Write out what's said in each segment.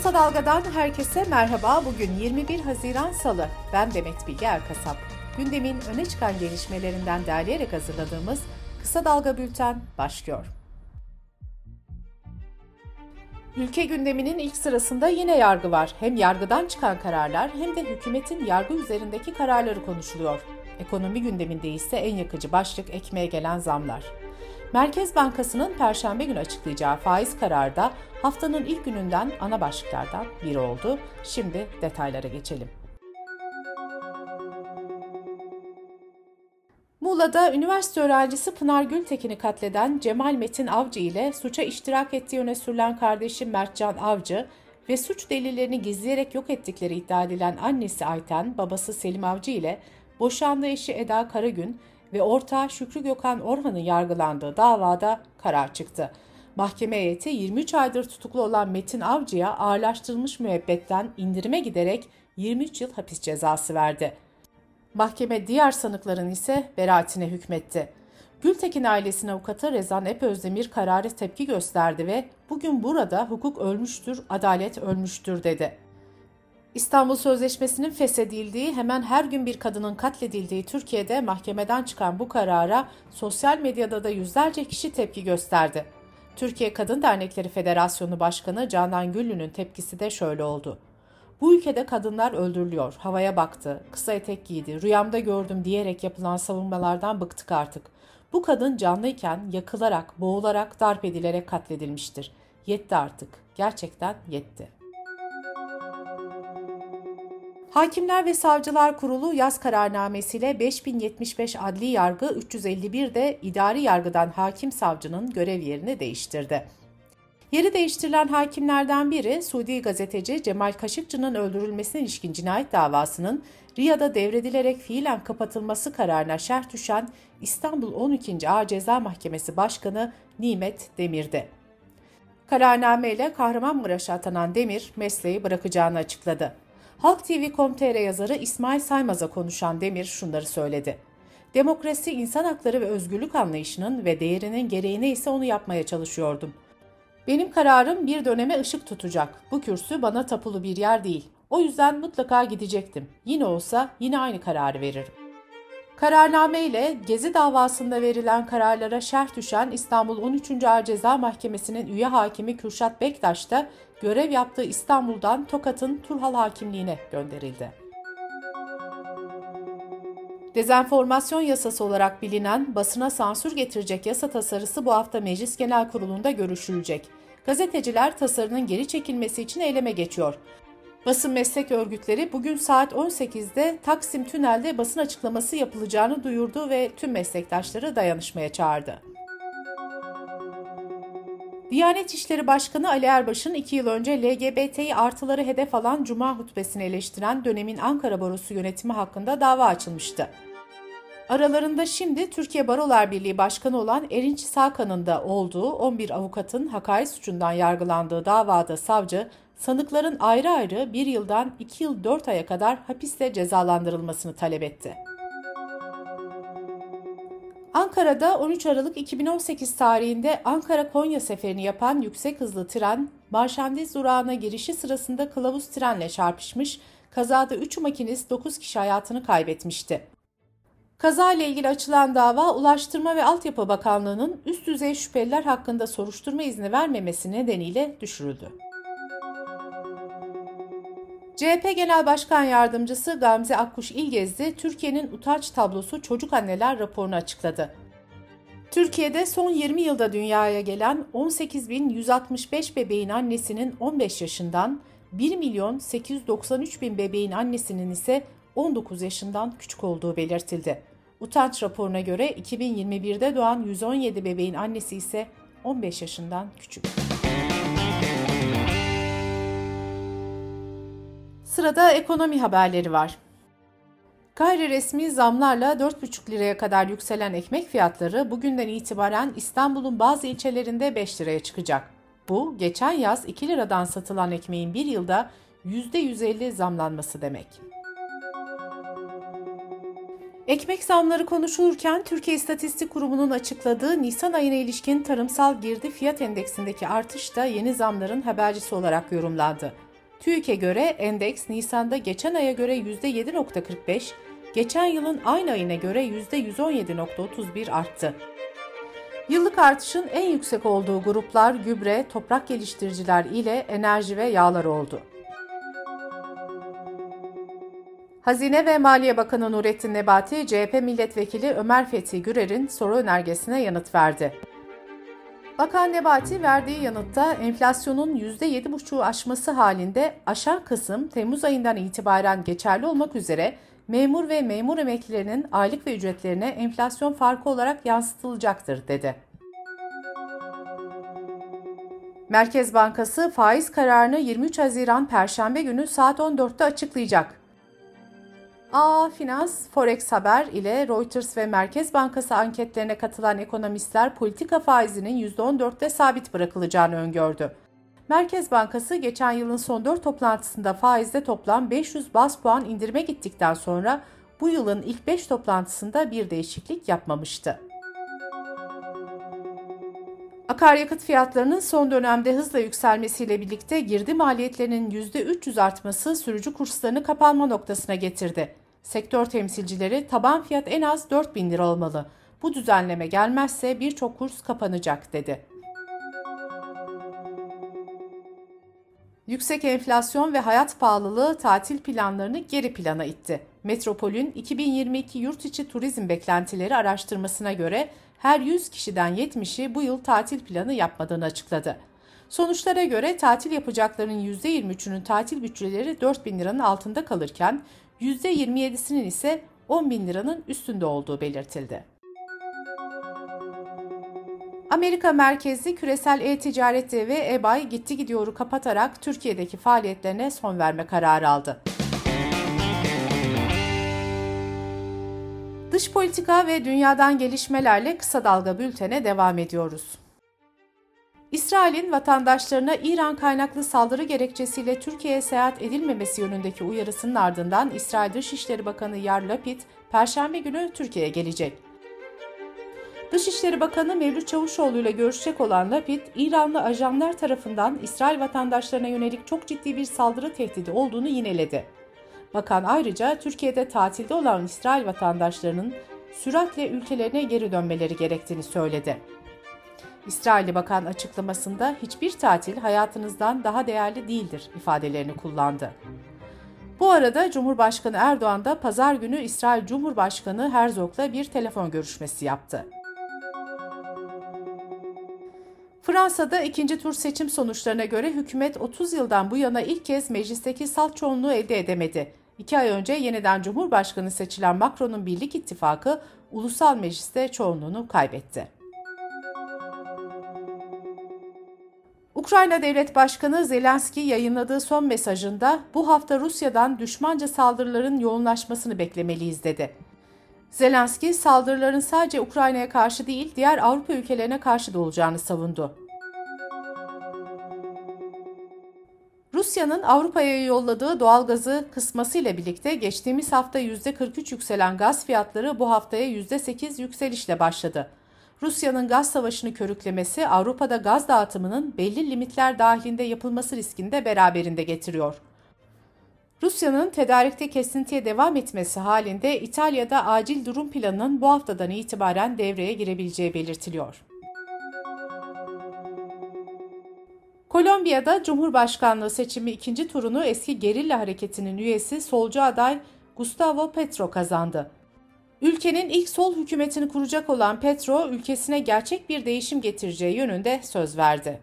Kısa Dalga'dan herkese merhaba. Bugün 21 Haziran Salı. Ben Demet Bilge Erkasap. Gündemin öne çıkan gelişmelerinden derleyerek hazırladığımız Kısa Dalga Bülten başlıyor. Ülke gündeminin ilk sırasında yine yargı var. Hem yargıdan çıkan kararlar hem de hükümetin yargı üzerindeki kararları konuşuluyor. Ekonomi gündeminde ise en yakıcı başlık ekmeğe gelen zamlar. Merkez Bankası'nın Perşembe günü açıklayacağı faiz kararı da haftanın ilk gününden ana başlıklardan biri oldu. Şimdi detaylara geçelim. Muğla'da üniversite öğrencisi Pınar Gültekin'i katleden Cemal Metin Avcı ile suça iştirak ettiği öne sürülen kardeşi Mertcan Avcı ve suç delillerini gizleyerek yok ettikleri iddia edilen annesi Ayten, babası Selim Avcı ile boşandığı eşi Eda Karagün ve ortağı Şükrü Gökhan Orhan'ın yargılandığı davada karar çıktı. Mahkeme heyeti 23 aydır tutuklu olan Metin Avcı'ya ağırlaştırılmış müebbetten indirime giderek 23 yıl hapis cezası verdi. Mahkeme diğer sanıkların ise beraatine hükmetti. Gültekin ailesinin avukatı Rezan Epözdemir karara tepki gösterdi ve "Bugün burada hukuk ölmüştür, adalet ölmüştür" dedi. İstanbul Sözleşmesi'nin feshedildiği, hemen her gün bir kadının katledildiği Türkiye'de mahkemeden çıkan bu karara sosyal medyada da yüzlerce kişi tepki gösterdi. Türkiye Kadın Dernekleri Federasyonu Başkanı Canan Güllü'nün tepkisi de şöyle oldu. "Bu ülkede kadınlar öldürülüyor, havaya baktı, kısa etek giydi, rüyamda gördüm" diyerek yapılan savunmalardan bıktık artık. Bu kadın canlıyken yakılarak, boğularak, darp edilerek katledilmiştir. Yetti artık, gerçekten yetti. Hakimler ve Savcılar Kurulu yaz kararnamesiyle 5075 adli yargı, 351 de idari yargıdan hakim savcının görev yerini değiştirdi. Yeri değiştirilen hakimlerden biri, Suudi gazeteci Cemal Kaşıkçı'nın öldürülmesine ilişkin cinayet davasının Riyad'a devredilerek fiilen kapatılması kararına şerh düşen İstanbul 12. Ağır Ceza Mahkemesi Başkanı Nimet Demir'di. Kararnameyle Kahramanmaraş'a atanan Demir, mesleği bırakacağını açıkladı. Halk TV.com.tr yazarı İsmail Saymaz'a konuşan Demir şunları söyledi. "Demokrasi, insan hakları ve özgürlük anlayışının ve değerinin gereği neyse onu yapmaya çalışıyordum. Benim kararım bir döneme ışık tutacak. Bu kürsü bana tapulu bir yer değil. O yüzden mutlaka gidecektim. Yine olsa yine aynı kararı veririm." Kararname ile Gezi davasında verilen kararlara şerh düşen İstanbul 13. Ağır Ceza Mahkemesi'nin üye hakimi Kürşat Bektaş da görev yaptığı İstanbul'dan Tokat'ın Turhal Hakimliğine gönderildi. Dezenformasyon yasası olarak bilinen basına sansür getirecek yasa tasarısı bu hafta Meclis Genel Kurulu'nda görüşülecek. Gazeteciler tasarının geri çekilmesi için eyleme geçiyor. Basın meslek örgütleri bugün saat 18'de Taksim Tünel'de basın açıklaması yapılacağını duyurdu ve tüm meslektaşları dayanışmaya çağırdı. Diyanet İşleri Başkanı Ali Erbaş'ın 2 yıl önce LGBTİ artıları hedef alan Cuma hutbesini eleştiren dönemin Ankara Barosu yönetimi hakkında dava açılmıştı. Aralarında şimdi Türkiye Barolar Birliği Başkanı olan Erinç Sağkan'ın da olduğu 11 avukatın hakaret suçundan yargılandığı davada savcı, sanıkların ayrı ayrı 1 yıldan 2 yıl 4 aya kadar hapisle cezalandırılmasını talep etti. Ankara'da 13 Aralık 2018 tarihinde Ankara-Konya seferini yapan yüksek hızlı tren, Marşandiz durağına girişi sırasında kılavuz trenle çarpışmış, kazada 3 makinist 9 kişi hayatını kaybetmişti. Kazayla ilgili açılan dava, Ulaştırma ve Altyapı Bakanlığı'nın üst düzey şüpheliler hakkında soruşturma izni vermemesi nedeniyle düşürüldü. CHP Genel Başkan Yardımcısı Gamze Akkuş İlgezdi, Türkiye'nin utanç tablosu çocuk anneler raporunu açıkladı. Türkiye'de son 20 yılda dünyaya gelen 18.165 bebeğin annesinin 15 yaşından, 1.893.000 bebeğin annesinin ise 19 yaşından küçük olduğu belirtildi. Utanç raporuna göre 2021'de doğan 117 bebeğin annesi ise 15 yaşından küçük. Sırada ekonomi haberleri var. Gayri resmi zamlarla 4,5 liraya kadar yükselen ekmek fiyatları bugünden itibaren İstanbul'un bazı ilçelerinde 5 liraya çıkacak. Bu, geçen yaz 2 liradan satılan ekmeğin bir yılda %150 zamlanması demek. Ekmek zamları konuşulurken Türkiye İstatistik Kurumu'nun açıkladığı Nisan ayına ilişkin tarımsal girdi fiyat endeksindeki artış da yeni zamların habercisi olarak yorumlandı. TÜİK'e göre endeks Nisan'da geçen aya göre %7,45, geçen yılın aynı ayına göre %117,31 arttı. Yıllık artışın en yüksek olduğu gruplar gübre, toprak geliştiriciler ile enerji ve yağlar oldu. Hazine ve Maliye Bakanı Nurettin Nebati, CHP Milletvekili Ömer Fethi Gürer'in soru önergesine yanıt verdi. Bakan Nebati verdiği yanıtta enflasyonun %7,5'u aşması halinde aşan kısım Temmuz ayından itibaren geçerli olmak üzere memur ve memur emeklilerinin aylık ve ücretlerine enflasyon farkı olarak yansıtılacaktır, dedi. Merkez Bankası faiz kararını 23 Haziran Perşembe günü saat 14'te açıklayacak. Finans, Forex Haber ile Reuters ve Merkez Bankası anketlerine katılan ekonomistler politika faizinin %14'te sabit bırakılacağını öngördü. Merkez Bankası geçen yılın son 4 toplantısında faizde toplam 500 baz puan indirime gittikten sonra bu yılın ilk 5 toplantısında bir değişiklik yapmamıştı. Akaryakıt fiyatlarının son dönemde hızla yükselmesiyle birlikte girdi maliyetlerinin %300 artması sürücü kurslarını kapanma noktasına getirdi. Sektör temsilcileri taban fiyat en az 4.000 lira olmalı. Bu düzenleme gelmezse birçok kurs kapanacak, dedi. Yüksek enflasyon ve hayat pahalılığı tatil planlarını geri plana itti. Metropol'ün 2022 yurt içi turizm beklentileri araştırmasına göre her 100 kişiden 70'i bu yıl tatil planı yapmadığını açıkladı. Sonuçlara göre tatil yapacakların %23'ünün tatil bütçeleri 4.000 liranın altında kalırken %27'sinin ise 10.000 liranın üstünde olduğu belirtildi. Amerika merkezli küresel e-ticaret devi eBay gitti gidiyoru kapatarak Türkiye'deki faaliyetlerine son verme kararı aldı. Dış politika ve dünyadan gelişmelerle kısa dalga bültene devam ediyoruz. İsrail'in vatandaşlarına İran kaynaklı saldırı gerekçesiyle Türkiye'ye seyahat edilmemesi yönündeki uyarısının ardından İsrail Dışişleri Bakanı Yair Lapid, Perşembe günü Türkiye'ye gelecek. Dışişleri Bakanı Mevlüt Çavuşoğlu ile görüşecek olan Lapid, İranlı ajanlar tarafından İsrail vatandaşlarına yönelik çok ciddi bir saldırı tehdidi olduğunu yineledi. Bakan ayrıca Türkiye'de tatilde olan İsrail vatandaşlarının süratle ülkelerine geri dönmeleri gerektiğini söyledi. İsrailli bakan açıklamasında hiçbir tatil hayatınızdan daha değerli değildir ifadelerini kullandı. Bu arada Cumhurbaşkanı Erdoğan da pazar günü İsrail Cumhurbaşkanı Herzog'la bir telefon görüşmesi yaptı. Fransa'da ikinci tur seçim sonuçlarına göre hükümet 30 yıldan bu yana ilk kez meclisteki salt çoğunluğu elde edemedi. 2 ay önce yeniden Cumhurbaşkanı seçilen Macron'un Birlik İttifakı ulusal mecliste çoğunluğunu kaybetti. Ukrayna Devlet Başkanı Zelenski yayınladığı son mesajında bu hafta Rusya'dan düşmanca saldırıların yoğunlaşmasını beklemeliyiz, dedi. Zelenski saldırıların sadece Ukrayna'ya karşı değil diğer Avrupa ülkelerine karşı da olacağını savundu. Rusya'nın Avrupa'ya yolladığı doğalgazı kısmasıyla birlikte geçtiğimiz hafta %43 yükselen gaz fiyatları bu haftaya %8 yükselişle başladı. Rusya'nın gaz savaşını körüklemesi Avrupa'da gaz dağıtımının belli limitler dahilinde yapılması riskini de beraberinde getiriyor. Rusya'nın tedarikte kesintiye devam etmesi halinde İtalya'da acil durum planının bu haftadan itibaren devreye girebileceği belirtiliyor. Kolombiya'da Cumhurbaşkanlığı seçimi ikinci turunu eski gerilla hareketinin üyesi solcu aday Gustavo Petro kazandı. Ülkenin ilk sol hükümetini kuracak olan Petro, ülkesine gerçek bir değişim getireceği yönünde söz verdi.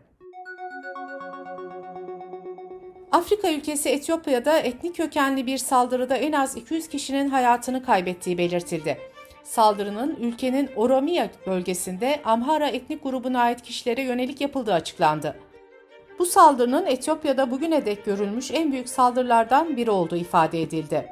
Afrika ülkesi Etiyopya'da etnik kökenli bir saldırıda en az 200 kişinin hayatını kaybettiği belirtildi. Saldırının ülkenin Oromia bölgesinde Amhara etnik grubuna ait kişilere yönelik yapıldığı açıklandı. Bu saldırının Etiyopya'da bugüne dek görülmüş en büyük saldırılardan biri olduğu ifade edildi.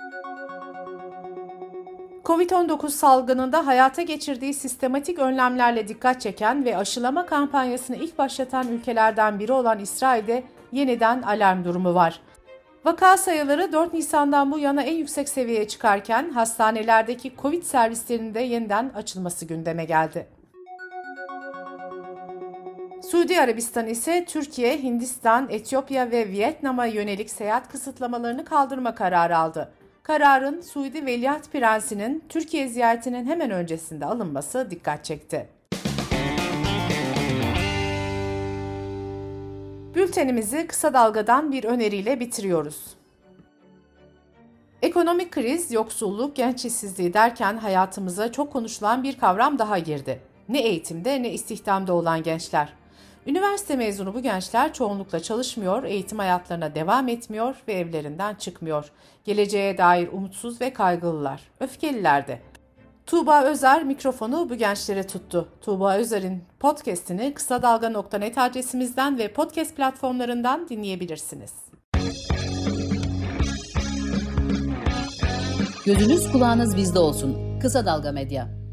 Covid-19 salgınında hayata geçirdiği sistematik önlemlerle dikkat çeken ve aşılama kampanyasını ilk başlatan ülkelerden biri olan İsrail'de yeniden alarm durumu var. Vaka sayıları 4 Nisan'dan bu yana en yüksek seviyeye çıkarken hastanelerdeki Covid servislerinin de yeniden açılması gündeme geldi. Suudi Arabistan ise Türkiye, Hindistan, Etiyopya ve Vietnam'a yönelik seyahat kısıtlamalarını kaldırma kararı aldı. Kararın Suudi Veliaht Prensi'nin Türkiye ziyaretinin hemen öncesinde alınması dikkat çekti. Bültenimizi kısa dalgadan bir öneriyle bitiriyoruz. Ekonomik kriz, yoksulluk, genç işsizliği derken hayatımıza çok konuşulan bir kavram daha girdi. Ne eğitimde ne istihdamda olan gençler. Üniversite mezunu bu gençler çoğunlukla çalışmıyor, eğitim hayatlarına devam etmiyor ve evlerinden çıkmıyor. Geleceğe dair umutsuz ve kaygılılar, öfkeliler de. Tuğba Özer mikrofonu bu gençlere tuttu. Tuğba Özer'in podcast'ini kısadalga.net adresimizden ve podcast platformlarından dinleyebilirsiniz. Gözünüz kulağınız bizde olsun. Kısa Dalga Medya.